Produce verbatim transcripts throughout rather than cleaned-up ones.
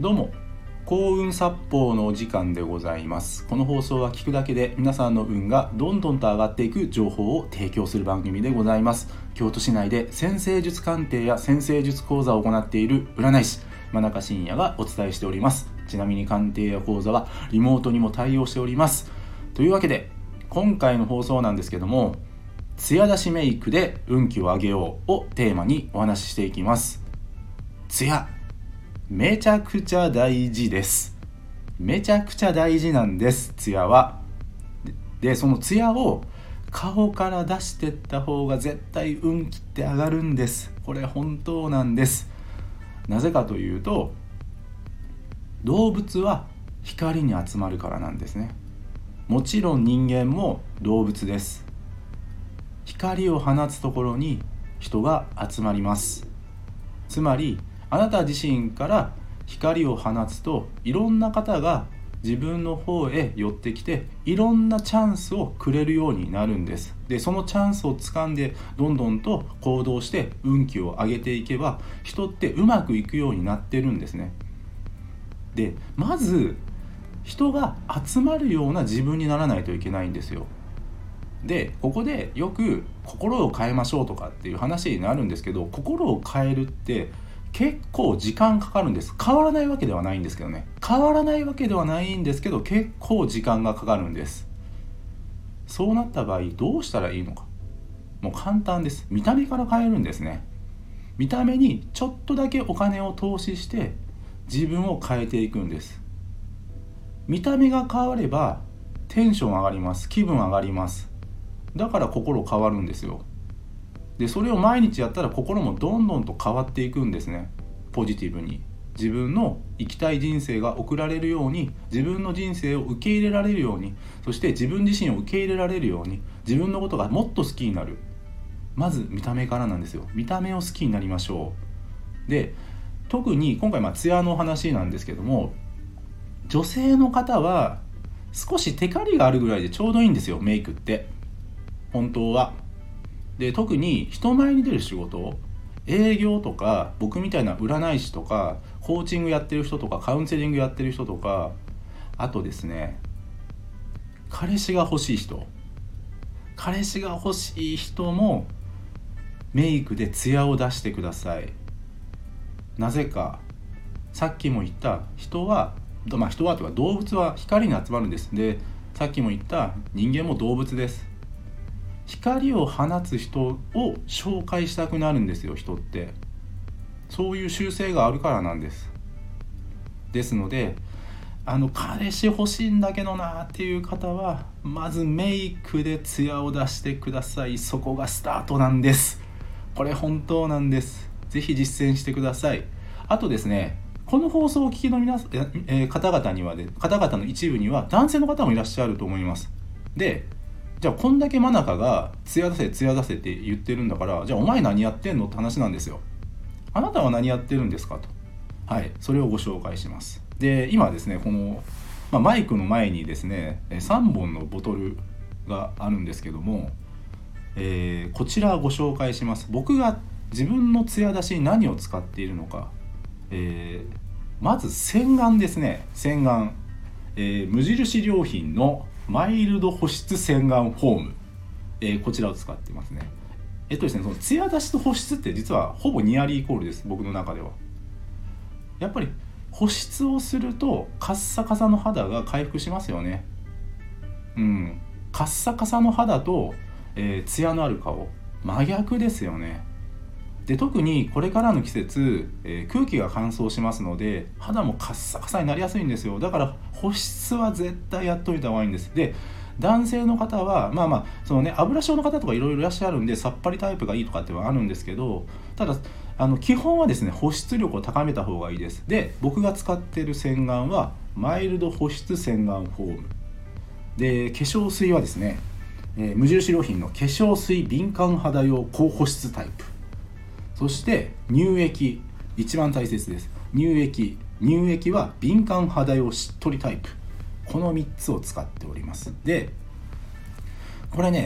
どうも、幸運殺法のお時間でございます。この放送は聞くだけで皆さんの運がどんどんと上がっていく情報を提供する番組でございます。京都市内で占星術鑑定や占星術講座を行っている占い師真中信也がお伝えしております。ちなみに鑑定や講座はリモートにも対応しております。というわけで今回の放送なんですけども、艶出しメイクで運気を上げようをテーマにお話ししていきます。艶めちゃくちゃ大事です。めちゃくちゃ大事なんです、艶は。で、その艶を顔から出してった方が絶対運気って上がるんです。これ本当なんです。なぜかというと、動物は光に集まるからなんですね。もちろん人間も動物です。光を放つところに人が集まります。つまりあなた自身から光を放つと、いろんな方が自分の方へ寄ってきて、いろんなチャンスをくれるようになるんです。で、そのチャンスを掴んでどんどんと行動して運気を上げていけば、人ってうまくいくようになってるんですね。で、まず人が集まるような自分にならないといけないんですよ。で、ここでよく心を変えましょうとかっていう話になるんですけど、心を変えるって結構時間かかるんです。変わらないわけではないんですけどね変わらないわけではないんですけど結構時間がかかるんです。そうなった場合どうしたらいいのか。もう簡単です。見た目から変えるんですね。見た目にちょっとだけお金を投資して自分を変えていくんです。見た目が変わればテンション上がります。気分上がります。だから心変わるんですよ。で、それを毎日やったら心もどんどんと変わっていくんですね。ポジティブに自分の生きたい人生が送られるように、自分の人生を受け入れられるように、そして自分自身を受け入れられるように、自分のことがもっと好きになる。まず見た目からなんですよ。見た目を好きになりましょう。で、特に今回まあ艶の話なんですけども、女性の方は少しテカリがあるぐらいでちょうどいいんですよ、メイクって本当は。で、特に人前に出る仕事、営業とか、僕みたいな占い師とかコーチングやってる人とかカウンセリングやってる人とか、あとですね、彼氏が欲しい人彼氏が欲しい人もメイクで艶を出してください。なぜか、さっきも言った人は、まあ人はというか動物は光に集まるんです。で、さっきも言った人間も動物です。光を放つ人を紹介したくなるんですよ、人って。そういう習性があるからなんです。ですので、あの彼氏欲しいんだけどなっていう方は、まずメイクで艶を出してください。そこがスタートなんです。これ本当なんです。ぜひ実践してください。あとですね、この放送をお聞きの皆、えー、方々にはで方々の一部には男性の方もいらっしゃると思います。で、じゃあこんだけ真中が艶出せ艶出せって言ってるんだから、じゃあお前何やってんのって話なんですよ。あなたは何やってるんですかと。はい、それをご紹介します。で、今ですね、この、まあ、マイクの前にですねさんぼんのボトルがあるんですけども、えー、こちらをご紹介します。僕が自分の艶出しに何を使っているのか、えー、まず洗顔ですね。洗顔、えー、無印良品のマイルド保湿洗顔フォーム、えー、こちらを使ってますね。えっとですね、その艶出しと保湿って実はほぼニアリーイコールです、僕の中では。やっぱり保湿をするとカッサカサの肌が回復しますよね。うん、カッサカサの肌と、えー、艶のある顔、真逆ですよね。で、特にこれからの季節、えー、空気が乾燥しますので肌もカッサカサになりやすいんですよ。だから保湿は絶対やっといた方がいいんです。で、男性の方はまあまあそのね、油症の方とかいろいろいらっしゃるんでさっぱりタイプがいいとかってはあるんですけど、ただあの基本はですね、保湿力を高めた方がいいです。で、僕が使っている洗顔はマイルド保湿洗顔フォームで、化粧水はですね、えー、無印良品の化粧水敏感肌用高保湿タイプ、そして乳液、一番大切です。乳液乳液は敏感肌用しっとりタイプ、このみっつを使っております。で、これね、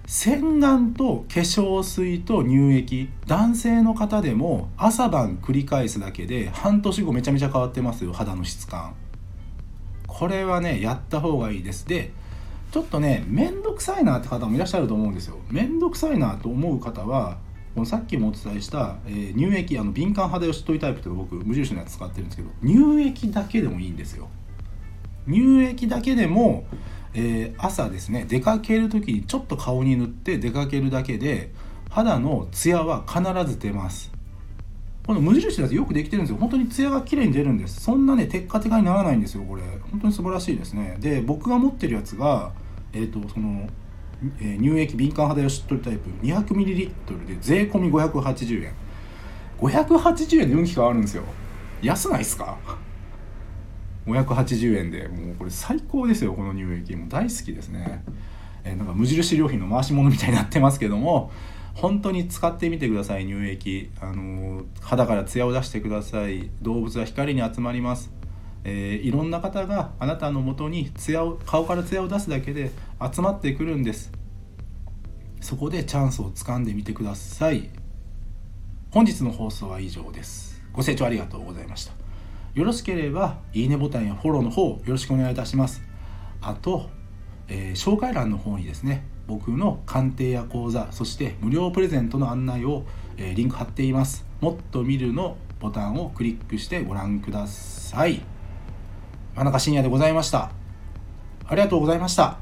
洗顔と化粧水と乳液、男性の方でも朝晩繰り返すだけで半年後めちゃめちゃ変わってますよ、肌の質感。これはねやった方がいいです。でちょっとねめんどくさいなって方もいらっしゃると思うんですよ。めんどくさいなと思う方はこのさっきもお伝えした、えー、乳液、あの敏感肌よしとりタイプという僕無印のやつ使ってるんですけど、乳液だけでもいいんですよ。乳液だけでも、えー、朝ですね出かける時にちょっと顔に塗って出かけるだけで肌のツヤは必ず出ます。この無印だとよくできてるんですよ。本当にツヤが綺麗に出るんです。そんなねテッカテカにならないんですよ。これ本当に素晴らしいですね。で僕が持ってるやつがえっ、ー、とその、えー、乳液敏感肌よしっとりタイプ にひゃくミリリットル で税込みごひゃくはちじゅうえん。ごひゃくはちじゅうえんで運気変わるんですよ。安ないっすか？ごひゃくはちじゅうえんでもうこれ最高ですよ。この乳液も大好きですね。えー、なんか無印良品の回し物みたいになってますけども、本当に使ってみてください。乳液、あのー、肌からツヤを出してください。動物は光に集まります。えー、いろんな方があなたの元にツヤを顔からツヤを出すだけで集まってくるんです。そこでチャンスをつかんでみてください。本日の放送は以上です。ご清聴ありがとうございました。よろしければいいねボタンやフォローの方よろしくお願いいたします。あと、えー、紹介欄の方にですね僕の鑑定や講座、そして無料プレゼントの案内を、えー、リンク貼っています。もっと見るのボタンをクリックしてご覧ください。真中深也でございました。ありがとうございました。